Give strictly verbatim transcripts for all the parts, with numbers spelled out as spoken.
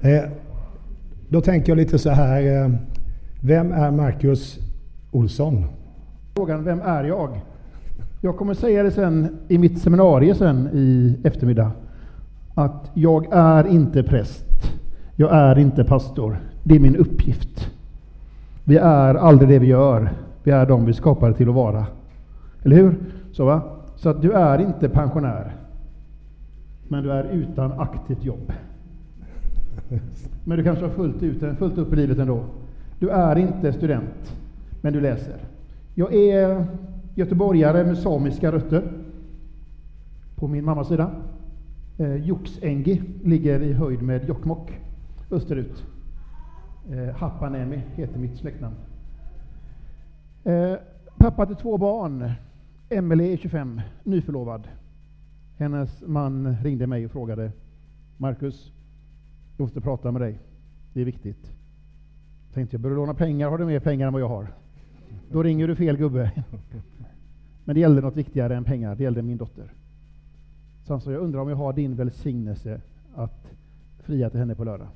Eh, då tänker jag lite så här. Eh, vem är Marcus Olsson? Frågan, vem är jag? Jag kommer säga det sen i mitt seminarium sen i eftermiddag. Att jag är inte präst. Jag är inte pastor. Det är min uppgift. Vi är aldrig det vi gör. Vi är de vi skapar till att vara. Eller hur? Så va? Så att du är inte pensionär. Men du är utan aktivt jobb. Men du kanske har fullt, ut, fullt upp i livet ändå. Du är inte student. Men du läser. Jag är göteborgare med samiska rötter. På min mammas sida. Eh, Joksengi ligger i höjd med Jokkmokk. Österut. Eh, Hapanemi heter mitt släktnamn. Eh, pappa till två barn. Emelie är tjugofem, nyförlovad. Hennes man ringde mig och frågade: Marcus, jag måste prata med dig. Det är viktigt. Jag tänkte, jag börjar låna pengar. Har du mer pengar än vad jag har? Då ringer du fel gubbe. Men det gällde något viktigare än pengar. Det gällde min dotter. Så han sa, jag undrar om jag har din välsignelse att fria till henne på lördag.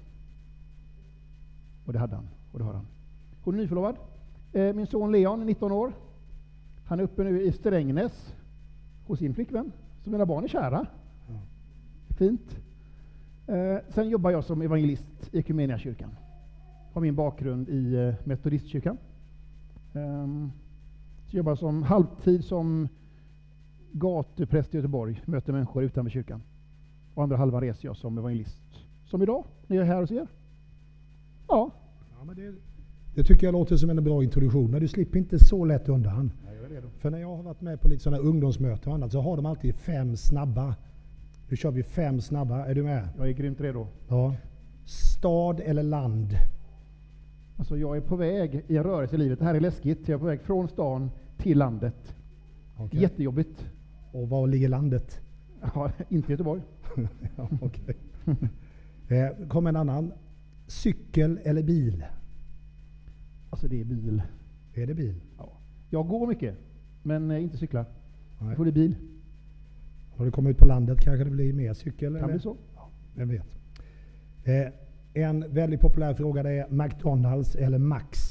Och det hade han. Och det har han. Hon är nyförlovad. Eh, min son Leon, nitton år. Han är uppe nu i Strängnäs hos sin flickvän. Så mina barn är kära. Mm. Fint. Eh, sen jobbar jag som evangelist i Equmeniakyrkan. Har min bakgrund i eh, metodistkyrkan. Eh, så jobbar som halvtid som gatupräst i Göteborg. Möter människor utanför kyrkan. Och andra halvan reser jag som evangelist. Som idag, när jag är här hos er. Ja. Ja, men det, det tycker jag låter som en bra introduktion. Men du slipper inte så lätt undan. Nej, jag är redo. För när jag har varit med på lite sådana ungdomsmöten och annat så har de alltid fem snabba. Nu kör vi fem snabba. Är du med? Jag är grymt redo. Ja. Stad eller land? Alltså jag är på väg i en rörelse i livet. Det här är läskigt. Jag är på väg från stan till landet. Okay. Jättejobbigt. Och var ligger landet? Ja, inte Göteborg. Ja, okej. eh, kom en annan. Cykel eller bil? Alltså det är bil. Är det bil? Ja. Jag går mycket, men inte cyklar. Nej. Det får bli bil. Har du kommit ut på landet kanske det blir mer cykel? Kan eller? bli så. Ja, vem vet. Eh, en väldigt populär fråga det är McDonalds eller Max?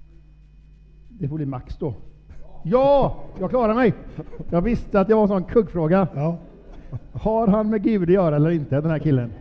Det får bli Max då. Ja, jag klarar mig. Jag visste att det var en sån kuggfråga. Ja. Har han med Gud att göra eller inte, den här killen?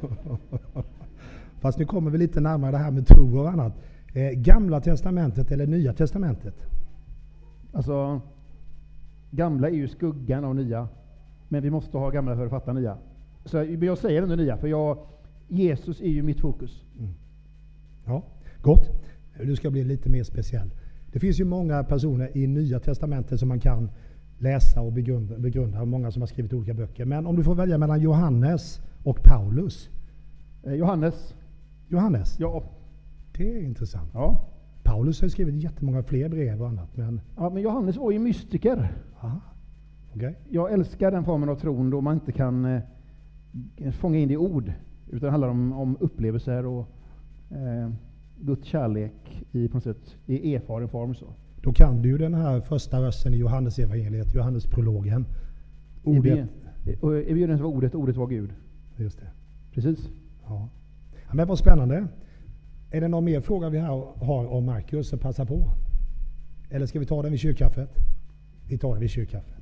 Fast nu kommer vi lite närmare det här med tro och annat. Eh, Gamla testamentet eller Nya testamentet? Alltså, gamla är ju skuggan av nya. Men vi måste ha gamla för att fatta nya. Så jag säger ändå nya, för jag, Jesus är ju mitt fokus. Mm. Ja, gott. Du ska bli lite mer speciell. Det finns ju många personer i Nya testamentet som man kan läsa och begrunda, begrunda. Många som har skrivit olika böcker. Men om du får välja mellan Johannes och Paulus? Eh, Johannes. Johannes? Ja. Det är intressant. Ja. Paulus har skrivit jättemånga fler brev och annat. Men, ja, men Johannes var ju mystiker. aha. Okay. Jag älskar den formen av tron då man inte kan eh, fånga in det i ord. Utan det handlar om, om upplevelser och eh, Guds kärlek i, på något sätt, i erfaren form. Så. Då kan du ju den här första versen i Johannes evangeliet, Johannes prologen. Ordet. Och i begynnelsen var ordet, ordet var Gud. Just det. Precis. Ja. Ja, men vad spännande. Är det någon mer fråga vi har, har om Marcus så passa på? Eller ska vi ta den vid kyrkkaffet? Vi tar den vid kyrkkaffet.